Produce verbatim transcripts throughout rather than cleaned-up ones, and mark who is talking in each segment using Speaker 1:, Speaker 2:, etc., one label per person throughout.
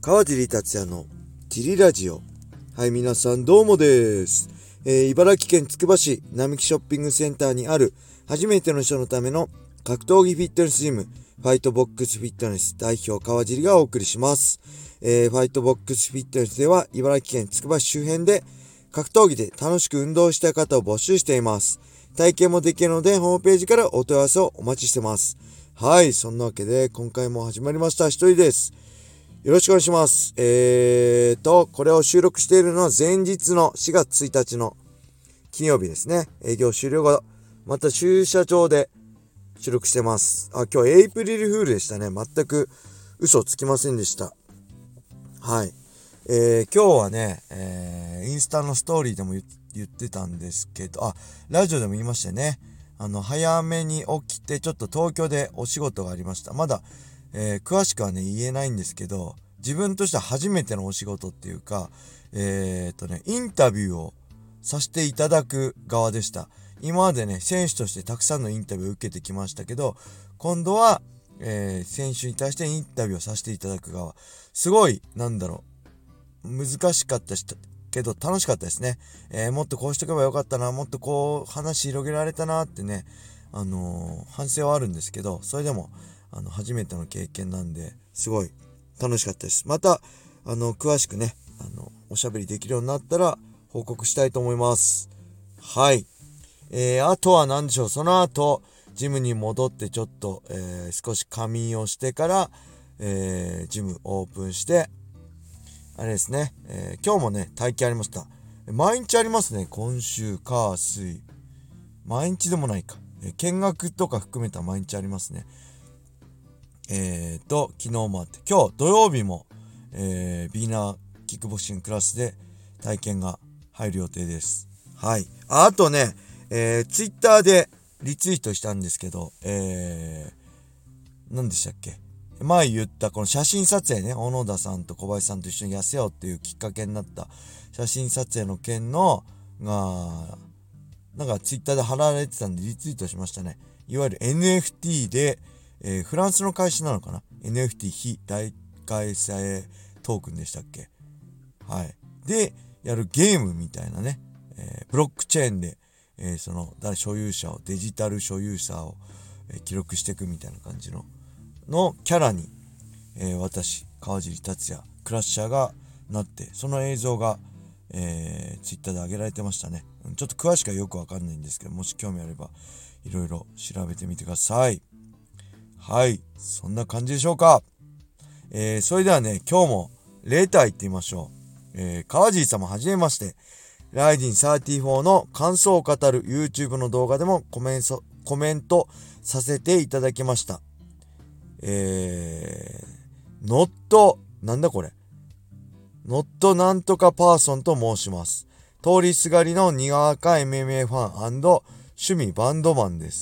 Speaker 1: 川尻達也のジリラジオ。はい、皆さんどうもです。えー、茨城県つくば市並木ショッピングセンターにある初めての人のための格闘技フィットネスジム、ファイトボックスフィットネス代表川尻がお送りします。えー、ファイトボックスフィットネスでは茨城県つくば市周辺で格闘技で楽しく運動したい方を募集しています。体験もできるのでホームページからお問い合わせをお待ちしてます。はい、そんなわけで今回も始まりました。一人です。よろしくお願いします。えーと、これを収録しているのは前日のしがつついたちの金曜日ですね。営業終了後、また駐車場で収録してます。あ、今日エイプリルフールでしたね。全く嘘つきませんでした。はい。えー、今日はね、えー、インスタのストーリーでも 言, 言ってたんですけど、あ、ラジオでも言いましたね。あの、早めに起きて、ちょっと東京でお仕事がありました。まだ、えー、詳しくはね、言えないんですけど、自分としては初めてのお仕事っていうか、えーっとね、インタビューをさせていただく側でした。今までね、選手としてたくさんのインタビューを受けてきましたけど、今度は、えー、選手に対してインタビューをさせていただく側。すごい、なんだろう、難しかったし、けど楽しかったですね。えー、もっとこうしとけばよかったな、もっとこう話広げられたなってね、あのー、反省はあるんですけど、それでも、あの、初めての経験なんで、すごい楽しかったです。また、あの、詳しくね、あの、おしゃべりできるようになったら報告したいと思います。はい。えー、あとは何でしょう。その後、ジムに戻ってちょっと、えー、少し仮眠をしてから、えー、ジムオープンして、あれですね、えー、今日もね、待機ありました。毎日ありますね。今週、火、水。毎日でもないか。えー、見学とか含めた毎日ありますね。えーと、昨日もあって、今日土曜日も、えー、ビギナーキックボクシングクラスで体験が入る予定です。はい。あ、あとね、えー、ツイッターでリツイートしたんですけど、えー、何でしたっけ？前言ったこの写真撮影ね、小野田さんと小林さんと一緒に痩せようっていうきっかけになった写真撮影の件の、が、なんかツイッターで貼られてたんでリツイートしましたね。いわゆる エヌエフティー で、えー、フランスの会社なのかな エヌエフティー 非代替性トークンでしたっけ。はい。で、やるゲームみたいなね、えー、ブロックチェーンで、えー、その誰所有者を、デジタル所有者を、えー、記録していくみたいな感じの、のキャラに、えー、私、川尻達也、クラッシャーがなって、その映像が、えー、ツイッターで上げられてましたね。ちょっと詳しくはよくわかんないんですけど、もし興味あれば、いろいろ調べてみてください。はい。そんな感じでしょうか。えー、それではね、今日もレター行ってみましょう。えー、川尻様はじめまして。ライジンさんじゅうよんの感想を語る YouTube の動画でもコメント、コメントさせていただきました。えー、ノット、なんだこれ。ノットなんとかパーソンと申します。通りすがりのにわか エムエムエー ファン&趣味バンドマンです。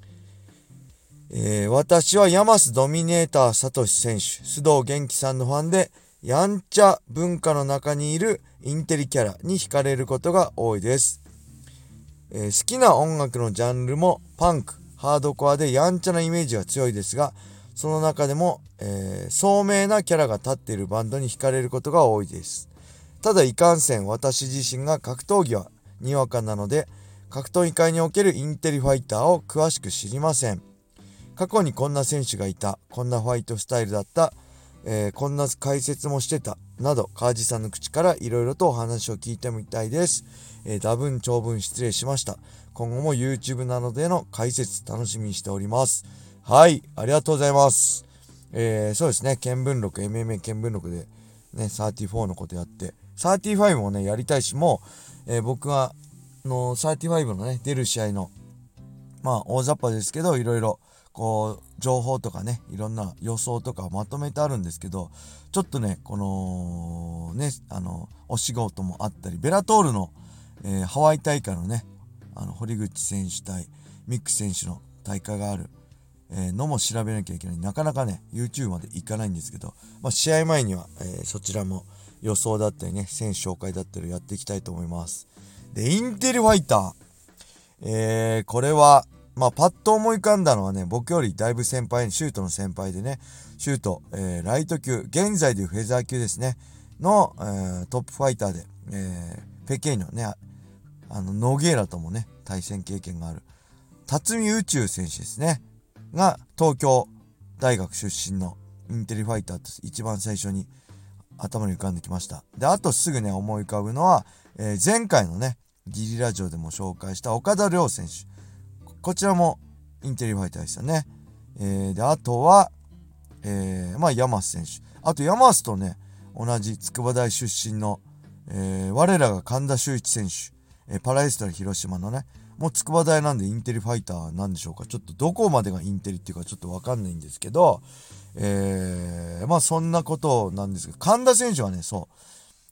Speaker 1: えー、私はヤマスドミネーターサトシ選手、須藤元気さんのファンで、やんちゃ文化の中にいるインテリキャラに惹かれることが多いです。えー、好きな音楽のジャンルもパンク、ハードコアでやんちゃなイメージが強いですが、その中でも、えー、聡明なキャラが立っているバンドに惹かれることが多いです。ただいかんせん私自身が格闘技はにわかなので、格闘技界におけるインテリファイターを詳しく知りません。過去にこんな選手がいた、こんなファイトスタイルだった、えー、こんな解説もしてた、など川地さんの口からいろいろとお話を聞いてみたいです。えー、多分長文失礼しました。今後も YouTube などでの解説楽しみにしております。はい、ありがとうございます。えー、そうですね、見聞録、エムエムエー 見聞録でね、さんじゅうよんのことやって、さんじゅうごもね、やりたいし、もう、えー、僕が、のさんじゅうごのね、出る試合の、まあ、大雑把ですけど、いろいろ、こう情報とかね、いろんな予想とかまとめてあるんですけど、ちょっとね、このね、あのお仕事もあったり、ベラトールの、えー、ハワイ大会のね、あの堀口選手対ミック選手の大会がある、えー、のも調べなきゃいけない。なかなかね YouTube まで行かないんですけど、まあ、試合前には、えー、そちらも予想だったりね、選手紹介だったりやっていきたいと思います。で、インテリファイター、えー、これはまあパッと思い浮かんだのはね、僕よりだいぶ先輩、シュートの先輩でね、シュート、えー、ライト級、現在でいうフェザー級ですね、の、えー、トップファイターで、えー、ペケイのね、あの、ノゲーラともね、対戦経験がある、辰巳宇宙選手ですね、が、東京大学出身のインテリファイターと一番最初に頭に浮かんできました。で、あとすぐね、思い浮かぶのは、えー、前回のね、ギリラジオでも紹介した岡田亮選手。こちらもインテリファイターでしたね。えー、で、あとは、えー、まあ、ヤマス選手。あと、ヤマスとね、同じ筑波大出身の、えー、我らが神田修一選手。えー、パラエストラ広島のね、もう筑波大なんでインテリファイターなんでしょうか。ちょっとどこまでがインテリっていうかちょっとわかんないんですけど、えー、まあそんなことなんですけど、神田選手はね、そう、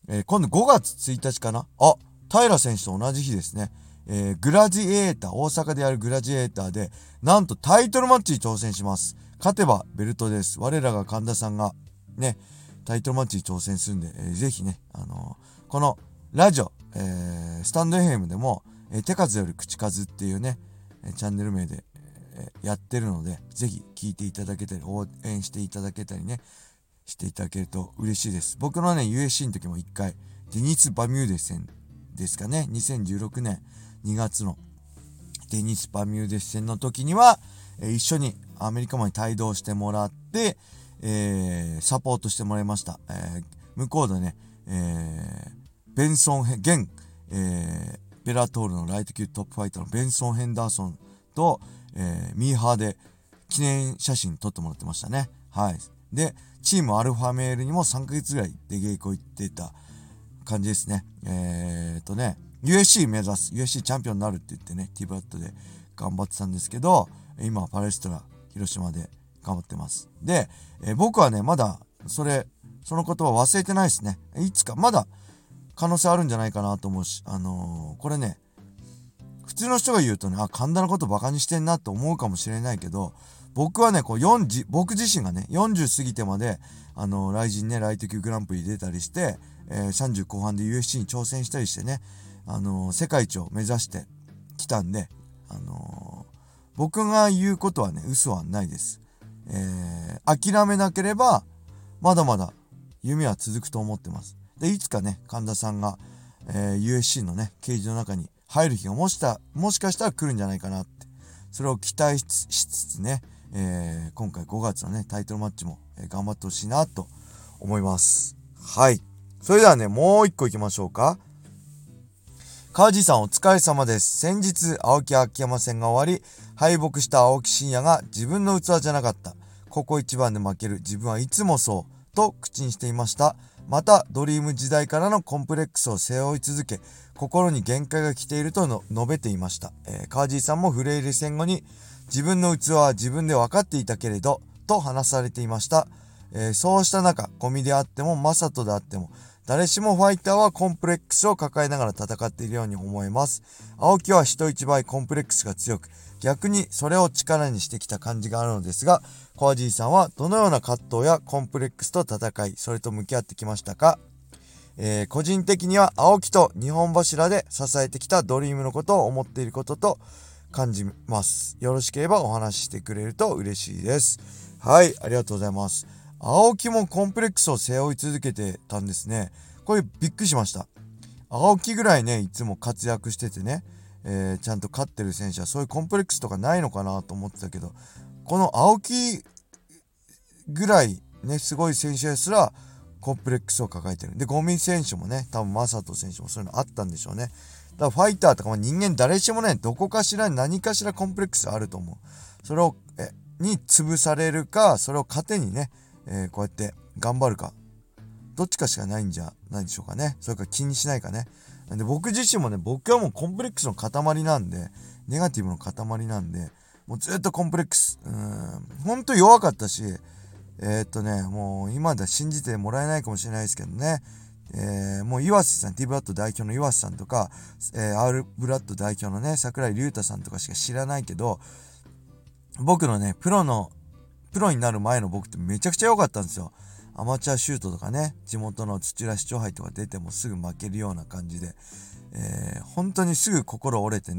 Speaker 1: えー、今度ごがつついたちかなあ、平選手と同じ日ですね。えー、グラジエーター、大阪でやるグラジエーターで、なんとタイトルマッチに挑戦します。勝てばベルトです。我らが神田さんが、ね、タイトルマッチに挑戦するんで、えー、ぜひね、あのー、このラジオ、えー、スタンド エフエム でも、えー、手数より口数っていうね、えー、チャンネル名で、えー、やってるので、ぜひ聞いていただけたり、応援していただけたりね、していただけると嬉しいです。僕のね、ユーエフシー の時も一回、デニス・バミューデス戦ですかね、にせんじゅうろくねんにがつのデニス・バミューデス戦の時には、えー、一緒にアメリカまで帯同してもらって、えー、サポートしてもらいました。えー、向こうでね、えー、ベンソンヘ、現、えー、ベラトールのライト級トップファイターのベンソン・ヘンダーソンと、えー、ミーハーで記念写真撮ってもらってましたね。はい。で、チームアルファメールにもさんかげつぐらい出稽古行ってた感じですね。えーとね、ユーエフシー 目指す、ユーエフシー チャンピオンになるって言ってね、ティブラッドで頑張ってたんですけど、今はパレストラ、広島で頑張ってます。で、えー、僕はね、まだ、それ、その言葉忘れてないですね。いつか、まだ、可能性あるんじゃないかなと思うし、あのー、これね、普通の人が言うとね、あ、神田のことバカにしてんなと思うかもしれないけど、僕はね、こうよんじゅう、僕自身がね、よんじゅう過ぎてまで、あのー、ライジンね、ライト級グランプリ出たりして、えー、さんじゅう後半で ユーエフシー に挑戦したりしてね、あのー、世界一を目指してきたんで、あのー、僕が言うことはね、嘘はないです。えー、諦めなければ、まだまだ夢は続くと思ってます。で、いつかね、神田さんが、えー、ユーエフシー のね、ケージの中に入る日がもした、もしかしたら来るんじゃないかなって、それを期待しつしつつね、えー、今回ごがつのね、タイトルマッチも、えー、頑張ってほしいなと思います。はい。それではね、もう一個行きましょうか。川地さんお疲れ様です。先日、青木秋山戦が終わり、敗北した青木真也が自分の器じゃなかった。ここ一番で負ける自分はいつもそう。と口にしていました。また、ドリーム時代からのコンプレックスを背負い続け、心に限界が来ているとの述べていました。えー、川地さんもフレイル戦後に、自分の器は自分で分かっていたけれど、と話されていました。えー、そうした中、ゴミであっても、マサトであっても、誰しもファイターはコンプレックスを抱えながら戦っているように思えます。青木は人一倍コンプレックスが強く、逆にそれを力にしてきた感じがあるのですが、コアジーさんはどのような葛藤やコンプレックスと戦い、それと向き合ってきましたか？えー、個人的には青木と日本柱で支えてきたドリームのことを思っていることと感じます。よろしければお話ししてくれると嬉しいです。はい、ありがとうございます。青木もコンプレックスを背負い続けてたんですね。これびっくりしました。青木ぐらいね、いつも活躍しててね、えー、ちゃんと勝ってる選手はそういうコンプレックスとかないのかなと思ってたけど、この青木ぐらいね、すごい選手ですらコンプレックスを抱えてる。で、ゴミ選手もね、多分マサト選手もそういうのあったんでしょうね。だからファイターとか、まあ、人間誰しもね、どこかしら何かしらコンプレックスあると思う。それを、え、に潰されるか、それを糧にね、えー、こうやって頑張るか。どっちかしかないんじゃないでしょうかね。それから気にしないかね。で、僕自身もね、僕はもうコンプレックスの塊なんで、ネガティブの塊なんで、もうずっとコンプレックス。うーん、ほんと弱かったし、えー、っとね、もう今では信じてもらえないかもしれないですけどね。えー、もう岩瀬さん、ティブラッド代表の岩瀬さんとか、えー、アールブラッド代表のね、桜井隆太さんとかしか知らないけど、僕のね、プロの、プロになる前の僕ってめちゃくちゃ良かったんですよ。アマチュアシュートとかね、地元の土浦市長杯とか出てもすぐ負けるような感じで、えー、本当にすぐ心折れてね、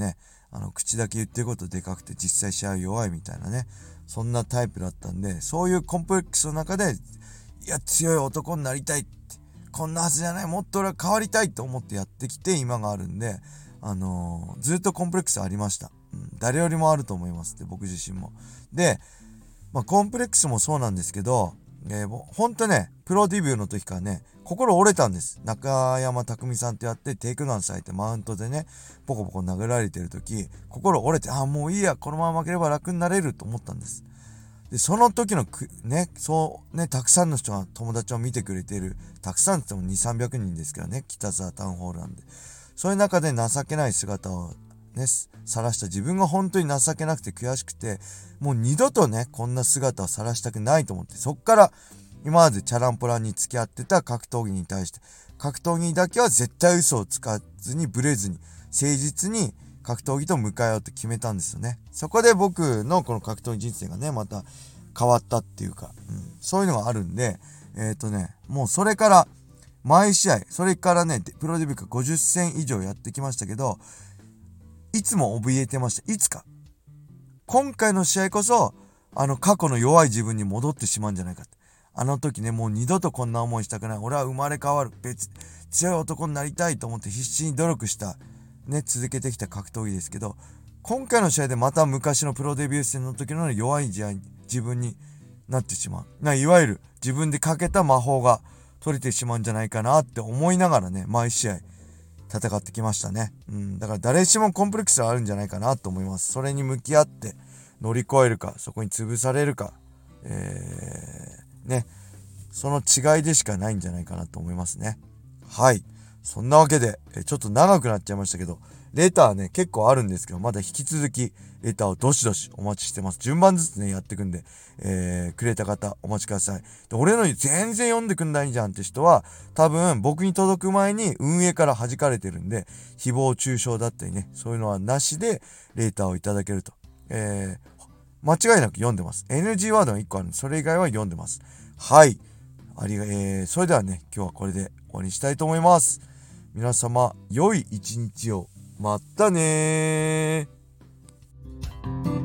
Speaker 1: あの口だけ言ってることでかくて実際試合弱いみたいなね、そんなタイプだったんで、そういうコンプレックスの中で、いや強い男になりたいって、こんなはずじゃない、もっと俺は変わりたいと思ってやってきて今があるんで、あのー、ずっとコンプレックスありました、うん、誰よりもあると思いますって、僕自身も。で、まあ、コンプレックスもそうなんですけど、えー、ほんとねプロデビューの時からね心折れたんです。中山匠さんってやってテイクダウンされてマウントでねポコポコ殴られてる時、心折れて、ああもういいや、このまま負ければ楽になれると思ったんです。でその時のくねそうねたくさんの人が友達を見てくれている、たくさんって言ってもにせんさんびゃくにんですけどね、北沢タウンホールなんで、そういう中で情けない姿をね晒した自分が本当に情けなくて悔しくて、もう二度とねこんな姿を晒したくないと思って、そっから今までチャランポランに付き合ってた格闘技に対して、格闘技だけは絶対嘘をつかずにブレずに誠実に格闘技と向かえようって決めたんですよね。そこで僕のこの格闘技人生がねまた変わったっていうか、うん、そういうのがあるんで、えっとねもうそれから毎試合、それからねプロデビューからごじゅっせん以上やってきましたけど、いつも怯えてました。いつか今回の試合こそあの過去の弱い自分に戻ってしまうんじゃないかって。あの時ねもう二度とこんな思いしたくない、俺は生まれ変わる、別強い男になりたいと思って必死に努力したね続けてきた格闘技ですけど、今回の試合でまた昔のプロデビュー戦の時の弱い自分になってしまうな、いわゆる自分でかけた魔法が取れてしまうんじゃないかなって思いながらね毎試合戦ってきましたね。うん、だから誰しもコンプレックスはあるんじゃないかなと思います。それに向き合って乗り越えるか、そこに潰されるか、えー、ね、その違いでしかないんじゃないかなと思いますね。はい。そんなわけで、えちょっと長くなっちゃいましたけど、レターね、結構あるんですけど、まだ引き続き、レターをどしどしお待ちしてます。順番ずつね、やっていくんで、えー、くれた方、お待ちください。で、俺の全然読んでくんないじゃんって人は、多分、僕に届く前に運営から弾かれてるんで、誹謗中傷だったりね、そういうのはなしで、レターをいただけると。えー、間違いなく読んでます。エヌジー ワードがいっこあるんで、それ以外は読んでます。はい。ありが、えー、それではね、今日はこれで終わりにしたいと思います。皆様、良い一日を。またねー。